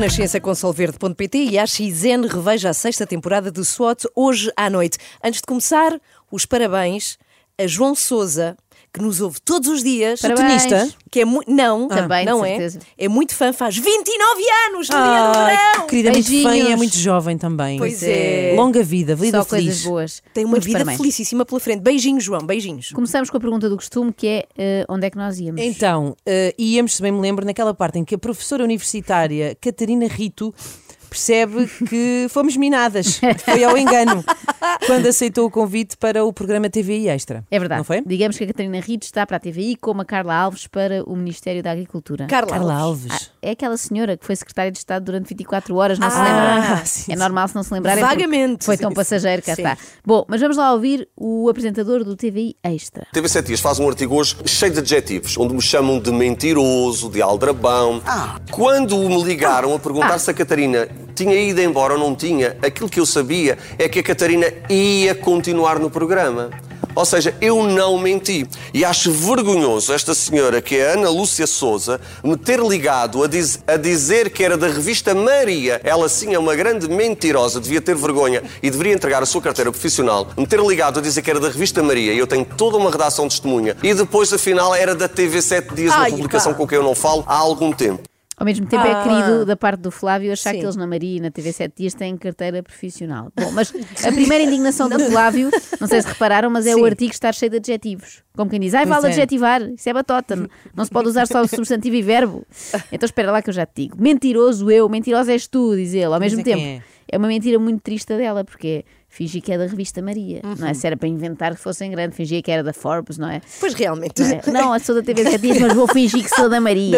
Renascença com solverde.pt e a XN reveja a 6ª temporada de SWAT hoje à noite. Antes de começar, os parabéns a João Sousa, que nos ouve todos os dias. Parabéns. Tenista, que é muito... Não, Também, não de é. certeza. É muito fã, faz 29 anos no dia do verão. Querida, é muito fã e é Beijinhos. muito jovem também. Pois é. Longa vida, vida Só feliz. coisas boas. Tem uma Muitos vida parabéns. felicíssima pela frente. Beijinhos, João, beijinhos. Começamos com a pergunta do costume, que é onde é que nós íamos? Então, íamos, se bem me lembro, naquela parte em que a professora universitária Catarina Rito percebe que fomos minadas. Foi ao engano quando aceitou o convite para o programa TVI Extra. É verdade. Não foi? Digamos que a Catarina Rito está para a TVI como a Carla Alves para o Ministério da Agricultura. Carla Alves. Alves. É aquela senhora que foi secretária de Estado durante 24 horas, não se lembra? sim, É sim. normal se não se lembrar. é porque Vagamente. Foi tão passageiro, cá Sim. está. Bom, mas vamos lá ouvir o apresentador do TVI Extra. TV 7 Dias faz um artigo hoje cheio de adjetivos, onde me chamam de mentiroso, de aldrabão. Quando me ligaram a perguntar se a Catarina tinha ido embora ou não tinha, aquilo que eu sabia é que a Catarina ia continuar no programa. Ou seja, eu não menti. E acho vergonhoso esta senhora, que é a Ana Lúcia Souza, me ter ligado a dizer que era da revista Maria. Ela sim é uma grande mentirosa, devia ter vergonha e deveria entregar a sua carteira profissional. Me ter ligado a dizer que era da revista Maria e eu tenho toda uma redação de testemunha. E depois, afinal, era da TV 7 Dias, uma Ai, publicação pá. com quem eu não falo há algum tempo. Ao mesmo tempo é querido da parte do Flávio achar Sim. que eles na Maria e na TV 7 Dias têm carteira profissional. Bom, mas a primeira indignação do Flávio, não sei se repararam, mas é Sim. o artigo estar cheio de adjetivos. Como quem diz, vale Pois é. adjetivar, isso é batota, não se pode usar só o substantivo e verbo. Então espera lá que eu já te digo. Mentiroso eu, mentirosa és tu, diz ele. Ao mesmo é quem tempo, é uma mentira muito triste dela, porque fingi que é da revista Maria, não é? Se era para inventar que fosse em grande, fingia que era da Forbes, não é? Pois realmente. Não, é? Não, eu sou da TV 7 Dias, mas vou fingir que sou da Maria.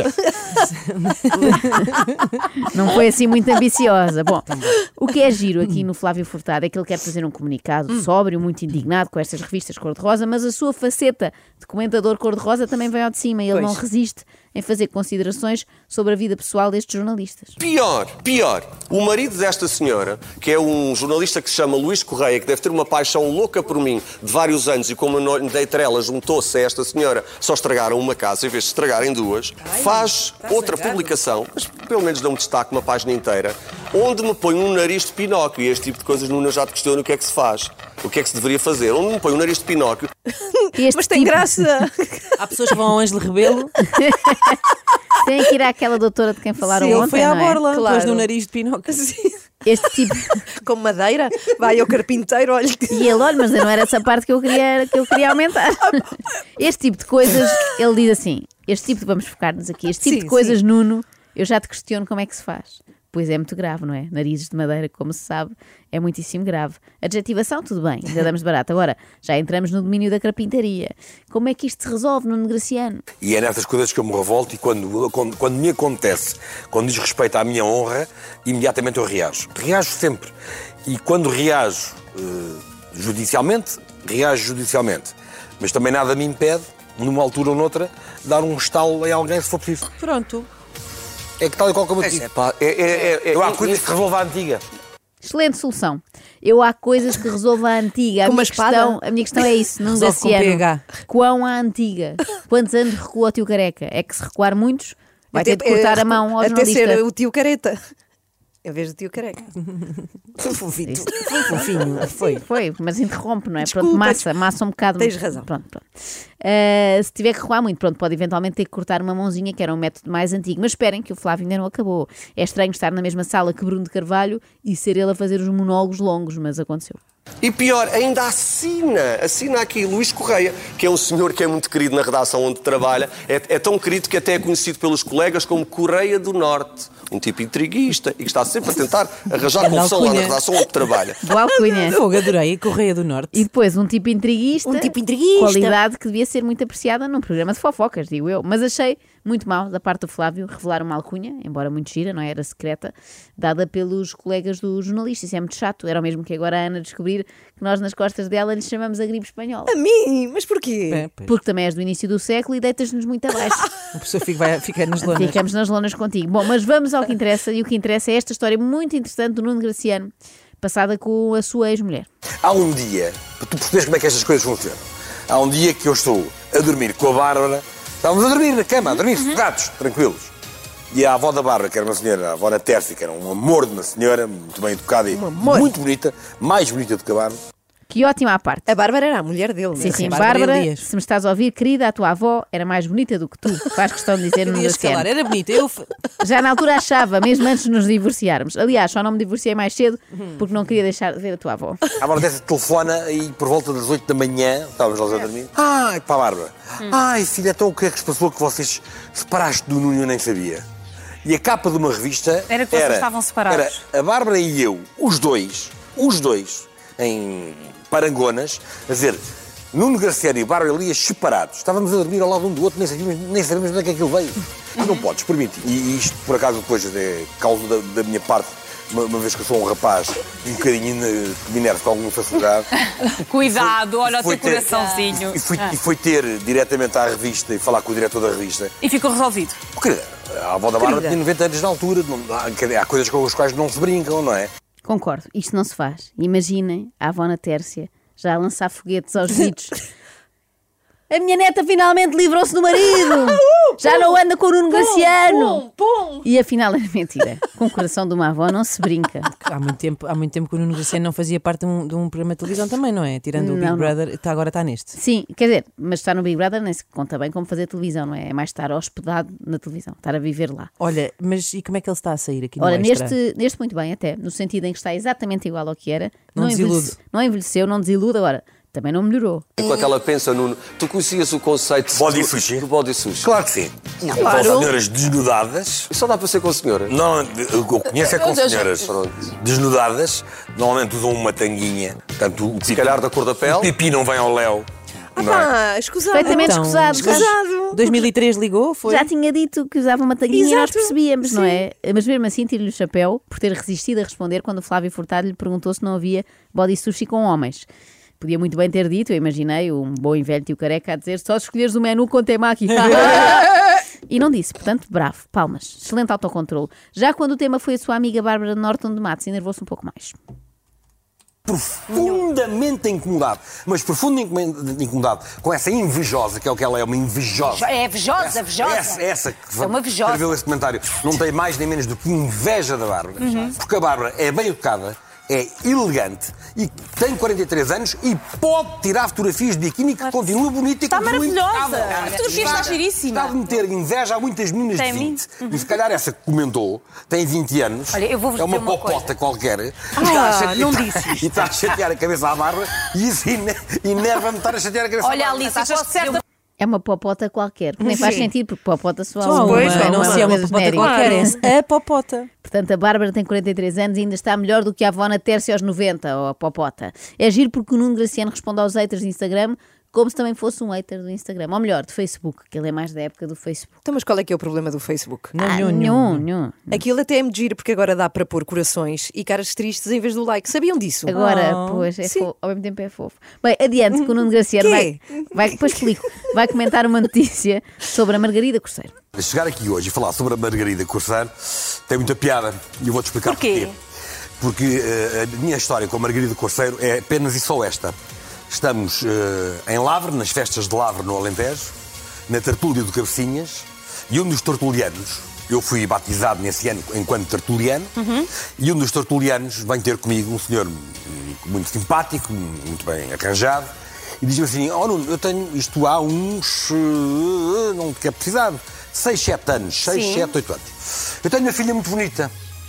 Não foi assim muito ambiciosa. Bom, o que é giro aqui no Flávio Furtado é que ele quer fazer um comunicado sóbrio, muito indignado com estas revistas cor-de-rosa, mas a sua faceta de comentador cor-de-rosa também vem ao de cima e ele Pois. não resiste em fazer considerações sobre a vida pessoal destes jornalistas. Pior, o marido desta senhora, que é um jornalista que se chama Luís Correia, que deve ter uma paixão louca por mim de vários anos e como eu não lhe dei trela, juntou-se a esta senhora, só estragaram uma casa em vez de estragarem duas, faz outra publicação, mas pelo menos não me destaque uma página inteira, onde me põe um nariz de Pinóquio e este tipo de coisas, Nuno, eu já te questiono o que é que se faz, o que é que se deveria fazer, onde me põe um nariz de Pinóquio. Este Mas tem tipo graça. Há pessoas que vão ao Ângelo Rebelo. tem que ir àquela doutora de quem falaram Sim, ontem, ele foi à não é? borla, Claro. pôs no nariz de Pinóquio. Este tipo... Com madeira, vai ao carpinteiro, olha. E ele, olha, mas não era essa parte que eu queria aumentar. Este tipo de coisas, ele diz assim, vamos focar-nos aqui, este tipo Sim, de coisas, sim. Nuno, eu já te questiono como é que se faz. Pois é muito grave, não é? Narizes de madeira, como se sabe, é muitíssimo grave. Adjetivação, tudo bem, ainda damos de barato. Agora, já entramos no domínio da carpintaria. Como é que isto se resolve, Nuno Graciano? E é nessas coisas que eu me revolto e quando me acontece, quando diz respeito à minha honra, imediatamente eu reajo. Reajo sempre. E quando reajo judicialmente, reajo judicialmente. Mas também nada me impede, numa altura ou noutra, dar um estalo em alguém se for preciso. Pronto. É que tal e qual como eu digo. Eu há coisas que resolvo à antiga. Excelente solução. Eu há coisas que resolvo à antiga. Com uma espada? A minha questão é isso, Nuno Resolve com Graciano. PH. Quão à antiga? Quantos anos recua o tio Careca? É que se recuar muitos, vai ter de cortar a mão ao até jornalista. ser o tio Careta. Em vez do tio Careca. Foi fofinho. Foi fofinho. Foi. Foi, mas interrompe, não é? Desculpa, Pronto, massa um bocado. Tens razão. Pronto. Se tiver que recuar muito, pronto, pode eventualmente ter que cortar uma mãozinha, que era um método mais antigo. Mas esperem que o Flávio ainda não acabou. É estranho estar na mesma sala que Bruno de Carvalho e ser ele a fazer os monólogos longos, mas aconteceu. E pior, ainda assina aqui Luís Correia, que é um senhor que é muito querido na redação onde trabalha, é tão querido que até é conhecido pelos colegas como Correia do Norte, um tipo intriguista e que está sempre a tentar arranjar confusão lá na redação onde trabalha. Boa alcunha. Fogo, adorei. Correia do Norte. E depois um tipo intriguista. Um tipo intriguista. Qualidade que devia ser muito apreciada num programa de fofocas, digo eu. Mas achei muito mal da parte do Flávio revelar uma alcunha, embora muito gira, não é? Era secreta, dada pelos colegas do jornalista. Isso é muito chato. Era o mesmo que agora a Ana descobrir que nós nas costas dela lhe chamamos a gripe espanhola. A mim? Mas porquê? É, pois. Porque também és do início do século e deitas-nos muito abaixo. A pessoa fica nas lonas. Ficamos nas lonas contigo. Bom, mas vamos ao que interessa. E o que interessa é esta história muito interessante do Nuno Graciano, passada com a sua ex-mulher. Há um dia, para tu perceberes como é que estas coisas funcionam, há um dia que eu estou a dormir com a Bárbara, estávamos a dormir na cama, a dormir, focados, tranquilos. E a avó da Bárbara, que era uma senhora, a avó da Tércia, que era um amor de uma senhora, muito bem educada e muito bonita, mais bonita do que a Bárbara. Que ótima à parte. A Bárbara era a mulher dele. Sim, né? sim, Bárbara Bárbara, Elias. se me estás a ouvir, querida, a tua avó era mais bonita do que tu. Faz questão de dizer no Elias, Graciano. era bonita. Já na altura achava, mesmo antes de nos divorciarmos. Aliás, só não me divorciei mais cedo porque não queria deixar de ver a tua avó. A Bárbara Tércia telefona e por volta das 8 da manhã, estávamos nós a dormir. Ai, para a Bárbara. Ai, filha, então o que é que se passou que vocês separaste do Nuno e eu nem sabia? E a capa de uma revista Era que vocês estavam separados. Era a Bárbara e eu, os dois, em Parangonas, a dizer, Nuno Graciano e Bárbara Elias separados. Estávamos a dormir ao lado um do outro, nem sabíamos onde é que aquilo veio. Não podes permitir. E isto, por acaso, depois é causa da minha parte, uma vez que eu sou um rapaz um bocadinho minervo com alguma facilidade. Cuidado, olha o Foi teu ter- coraçãozinho. E foi ter diretamente à revista e falar com o diretor da revista. E ficou resolvido. Querida, a avó da Bárbara tinha 90 anos na altura. Há coisas com as quais não se brincam, não é? Concordo, isto não se faz. Imaginem a avó na Tércia já a lançar foguetes aos vidros. A minha neta finalmente livrou-se do marido! Já não anda com o Nuno Graciano! E afinal era mentira. Com o coração de uma avó não se brinca. Há muito tempo que o Nuno Graciano não fazia parte de um programa de televisão também, não é? Tirando o Big Não. Brother, agora está neste. Sim, quer dizer, mas estar no Big Brother nem se conta bem como fazer televisão, não é? É mais estar hospedado na televisão, estar a viver lá. Olha, mas e como é que ele está a sair aqui no Ora, Extra? neste muito bem até, no sentido em que está exatamente igual ao que era. Não desilude. Não envelheceu, não desilude, agora também não melhorou. Enquanto ela pensa, Nuno, tu conhecias o conceito Body sushi? do body sushi? Claro que sim. São senhoras desnudadas. Só dá para ser com a senhora. Não, eu conheço é com senhoras Pronto. desnudadas. Normalmente usam uma tanguinha. Portanto, o Se calhar da cor da o pele. pipi não vem ao léu. não é? Escusado. Perfeitamente Então, escusado. Escusado. 2003 ligou, foi? Já tinha dito que usava uma tanguinha e nós Exato. percebíamos, não Sim. é? Mas mesmo assim tiro-lhe o chapéu por ter resistido a responder quando o Flávio Furtado lhe perguntou se não havia body sushi com homens. Podia muito bem ter dito, eu imaginei um bom e velho tio careca a dizer só se escolheres o menu com temaki. E não disse, portanto, bravo, palmas, excelente autocontrole. Já quando o tema foi a sua amiga Bárbara Norton de Matos, enervou-se um pouco mais. Profundamente incomodado. Mas profundamente incomodado com essa invejosa, que é o que ela é, uma invejosa. É vejosa, vejosa. Essa que É uma vejosa. escreveu esse comentário não tem mais nem menos do que inveja da Bárbara. Porque a Bárbara é bem educada, é elegante e tem 43 anos e pode tirar fotografias de biquíni que continua bonita e Está continua maravilhosa. impecável. A fotografia está giríssima. Está de meter inveja a muitas meninas Tem de a mim? 20. E se calhar essa que comentou tem 20 anos. Olha, eu vou-vos é uma dizer uma popota coisa. qualquer. E está a chatear- não disse isto. E está a chatear a cabeça à Bárbara e isso enerva-me estar a chatear a cabeça Olha, à Bárbara. Alice, estás certa. É uma popota qualquer, que nem faz Sim. sentido, porque popota só há Só uma, pois, bem, não se é uma coisa popota genérica. qualquer, é a popota. Portanto, a Bárbara tem 43 anos e ainda está melhor do que a avó na Tércia aos 90, ou a popota. É giro porque o Nuno Graciano responde aos haters do Instagram como se também fosse um hater do Instagram. Ou melhor, do Facebook, que ele é mais da época do Facebook. Então, mas qual é que é o problema do Facebook? Nenhum. Aquilo até é me giro, porque agora dá para pôr corações e caras tristes em vez do like. Sabiam disso? Agora, pois, é Sim. fofo, ao mesmo tempo é fofo. Bem, adiante, que o Nuno Graciano Quê? depois explico, vai comentar uma notícia sobre a Margarida Corseiro. Chegar aqui hoje e falar sobre a Margarida Corseiro tem muita piada e eu vou-te explicar Porquê? Porque a minha história com a Margarida Corseiro é apenas e só esta. Estamos em Lavre, nas festas de Lavre, no Alentejo, na tertúlia do Cabecinhas, e um dos tertulianos, eu fui batizado nesse ano enquanto tertuliano, e um dos tertulianos vem ter comigo um senhor muito simpático, muito bem arranjado, e diz-me assim, oh Nuno, eu tenho isto há uns, não te quero precisar, 6, 7 anos, 6, 7, 8 anos. Eu tenho uma filha muito bonita,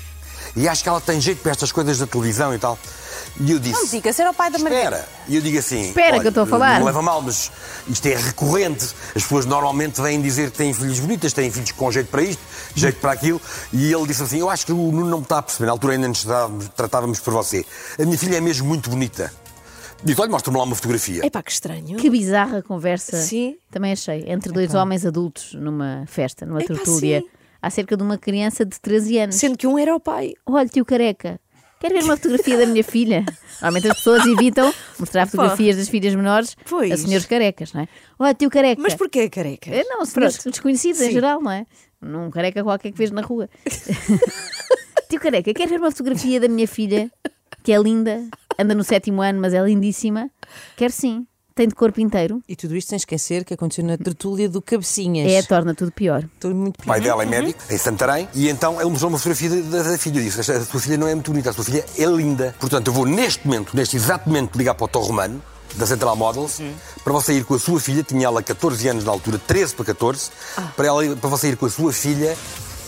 e acho que ela tem jeito para estas coisas da televisão e tal. E eu disse... Não diga, era o pai da Margarida. Espera. E eu digo assim... Espera, olha, que eu estou a falar. Não leva mal, mas isto é recorrente. As pessoas normalmente vêm dizer que têm filhas bonitas, têm filhos com jeito para isto, jeito para aquilo. E ele disse assim, eu acho que o Nuno não me está a perceber. Na altura ainda nos tratávamos por você. A minha filha é mesmo muito bonita. Disse, olha, mostra-me lá uma fotografia. Epá, que estranho. Que bizarra conversa, Sim. também achei, entre dois homens adultos numa festa, numa Epá, tertúlia, sim. acerca de uma criança de 13 anos. Sendo que um era o pai. Olha, tio careca, quer ver uma fotografia da minha filha? Normalmente as pessoas evitam mostrar fotografias das filhas menores Pois. a senhores carecas, não é? Olha, tio careca. Mas porquê careca? Não, senhores Pronto. desconhecidos em Sim. geral, não é? Num careca qualquer que vês na rua. Tio careca, quer ver uma fotografia da minha filha, que é linda, anda no 7º ano, mas é lindíssima? Quer sim. tem de corpo inteiro. E tudo isto sem esquecer que aconteceu na tertúlia do Cabecinhas. Torna tudo pior. Estou muito O pai pior. dela é médico, em Santarém, e então ele mostrou uma fotografia da filha. Disse: a sua filha não é muito bonita, a sua filha é linda. Portanto, eu vou neste exato momento, ligar para o Torre Romano, da Central Models, para você ir com a sua filha, tinha ela 14 anos na altura, 13 para 14, para você ir com a sua filha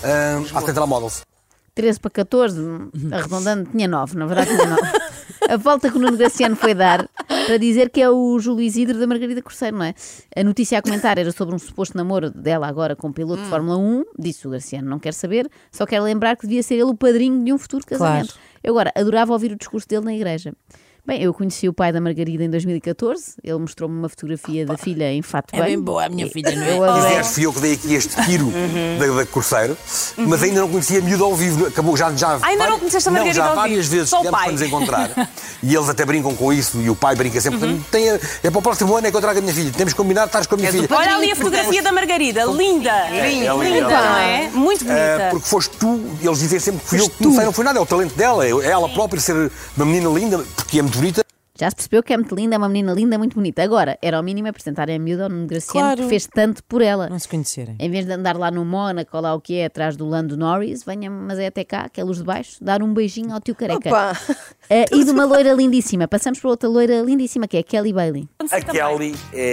à Central Models. 13 para 14, arredondando, tinha 9, na verdade tinha 9. A volta que o Nuno Graciano foi dar para dizer que é o Júlio Isidro da Margarida Corseiro, não é? A notícia a comentar era sobre um suposto namoro dela agora com um piloto de Fórmula 1, disse o Graciano, não quer saber, só quer lembrar que devia ser ele o padrinho de um futuro casamento. Claro. Eu agora adorava ouvir o discurso dele na igreja. Bem, eu conheci o pai da Margarida em 2014, ele mostrou-me uma fotografia da filha em fato bem. É bem boa a minha filha, não é? Eu adorei. Aliás, fui eu que dei aqui este tiro da Corseiro, mas ainda não conhecia a miúda ao vivo. Acabou já Ainda não conheceste a Margarida já ao vivo? várias vezes Só o tivemos pai. para nos encontrar. E eles até brincam com isso, e o pai brinca sempre. É para o próximo ano é que eu trago a minha filha. Temos que combinar, estás com a minha filha. Olha ali a fotografia da Margarida, linda. Linda, não é? Muito bonita. Porque foste tu, eles dizem sempre que fui eu que comecei, não foi nada, é o talento dela, é ela própria ser uma menina linda, porque é muito bonita. Já se percebeu que é muito linda, é uma menina linda, muito bonita. Agora, era ao mínimo apresentar a miúda ao Nuno Graciano, Claro. que fez tanto por ela. Não se conhecerem. Em vez de andar lá no Mónaco, ou lá o que é, atrás do Lando Norris, venha, mas é até cá, que é luz de baixo, dar um beijinho ao tio careca. Opa. E de uma loira lindíssima. Passamos para outra loira lindíssima, que é a Kelly Bailey. A Kelly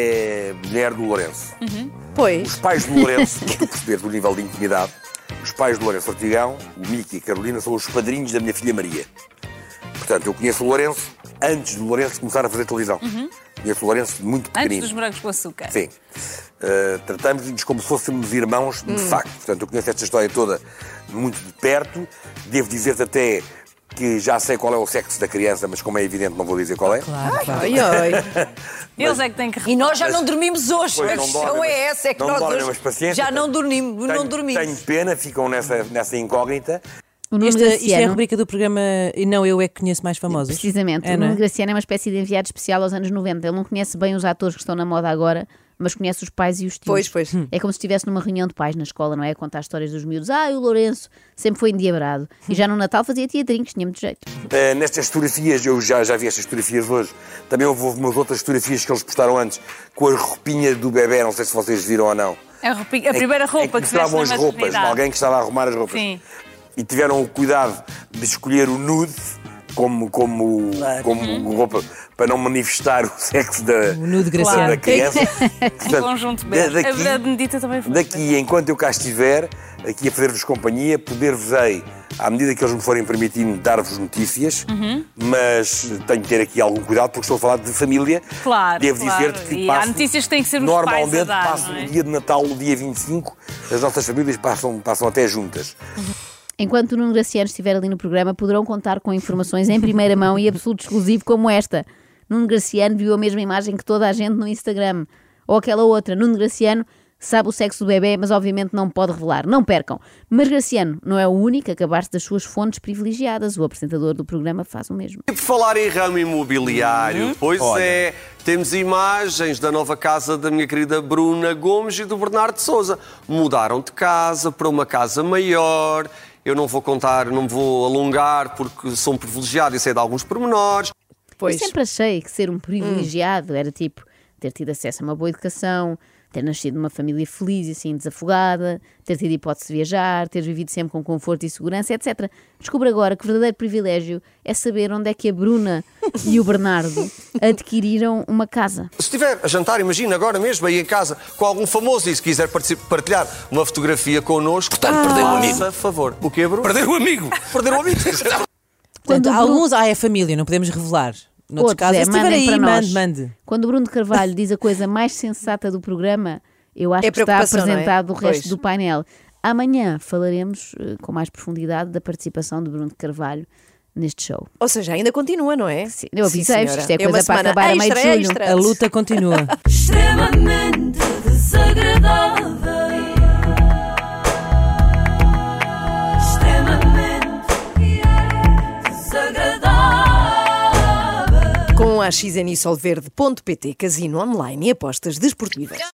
é mulher do Lourenço. Pois. Os pais do Lourenço, para tu perceber do nível de intimidade, os pais do Lourenço Ortigão, o Miki e a Carolina, são os padrinhos da minha filha Maria. Portanto, eu conheço o Lourenço antes do Lourenço começar a fazer televisão. Conheço o Lourenço muito pequenino. Antes dos morangos com açúcar. Sim. Tratamos-nos como se fôssemos irmãos, de facto. Portanto, eu conheço esta história toda muito de perto. Devo dizer-te até que já sei qual é o sexo da criança, mas como é evidente não vou dizer qual é. Ai, ai. Eles é que têm que E nós já não dormimos hoje. Pois, A não questão dormem, é mas- essa, é que não nós dormem, hoje mas paciência. já não dormimos. Tenho pena, ficam nessa incógnita. O Nuno Isto é a Graciano, rubrica do programa E Não Eu É Que Conheço Mais Famosos. precisamente, É, o não é? Nuno Graciano é uma espécie de enviado especial aos anos 90. Ele não conhece bem os atores que estão na moda agora, mas conhece os pais e os tios. Pois, pois. É como se estivesse numa reunião de pais na escola, não é? A contar histórias dos miúdos. O Lourenço sempre foi endiabrado. E já no Natal fazia teatrinhos, tinha muito jeito. Nestas fotografias, eu já vi estas fotografias hoje, também houve umas outras fotografias que eles postaram antes, com a roupinha do bebê, não sei se vocês viram ou não. A primeira roupa que se veste mostravam na as roupas, maternidade. alguém que estava a arrumar as roupas. Sim. E tiveram o cuidado de escolher o nude como roupa para não manifestar o sexo da, nude Graciano. da criança. Um Portanto, conjunto belo. daqui- A Benedita também foi. Daqui, enquanto eu cá estiver, aqui a fazer-vos companhia, poder-vos-ei, à medida que eles me forem permitindo, dar-vos notícias, mas tenho que ter aqui algum cuidado porque estou a falar de família. Claro, Devo claro. dizer-te que E há notícias que têm que ser os pais a normalmente dar, passo não é? o dia de Natal, o dia 25, as nossas famílias passam até juntas. Enquanto o Nuno Graciano estiver ali no programa, poderão contar com informações em primeira mão e absoluto exclusivo como esta. Nuno Graciano viu a mesma imagem que toda a gente no Instagram. Ou aquela outra. Nuno Graciano sabe o sexo do bebê, mas obviamente não pode revelar. Não percam. Mas Graciano não é o único a acabar-se das suas fontes privilegiadas. O apresentador do programa faz o mesmo. E por falar em ramo imobiliário, pois Olha. é, temos imagens da nova casa da minha querida Bruna Gomes e do Bernardo Sousa. Mudaram de casa para uma casa maior. Eu não vou contar, não me vou alongar porque sou um privilegiado e sei de alguns pormenores. Pois. Eu sempre achei que ser um privilegiado era tipo ter tido acesso a uma boa educação, ter nascido numa família feliz e assim desafogada, ter tido hipótese de viajar, ter vivido sempre com conforto e segurança, etc. Descubro agora que o verdadeiro privilégio é saber onde é que a Bruna e o Bernardo adquiriram uma casa. Se estiver a jantar, imagina agora mesmo aí em casa com algum famoso e se quiser partilhar uma fotografia connosco, Portanto, perder um amigo. faça favor. O quê, Bruno? Perder o amigo! Perder o amigo. Portanto, Quando o Bruno- alguns, é família, não podemos revelar. Noutros Outros, casos, se estiver mandem aí, para nós. mande. Quando o Bruno de Carvalho diz a coisa mais sensata do programa, eu acho É que está preocupação, não é? apresentado o resto Pois. do painel. Amanhã falaremos com mais profundidade da participação de Bruno de Carvalho neste show. Ou seja, ainda continua, não é? Sim, eu avisei-vos, senhora. isto é uma coisa para semana acabar a meio de extra, julho. extra. A luta continua. Extremamente desagradável. Extremamente desagradável. Com a XN e Solverde.pt, casino online e apostas desportivas.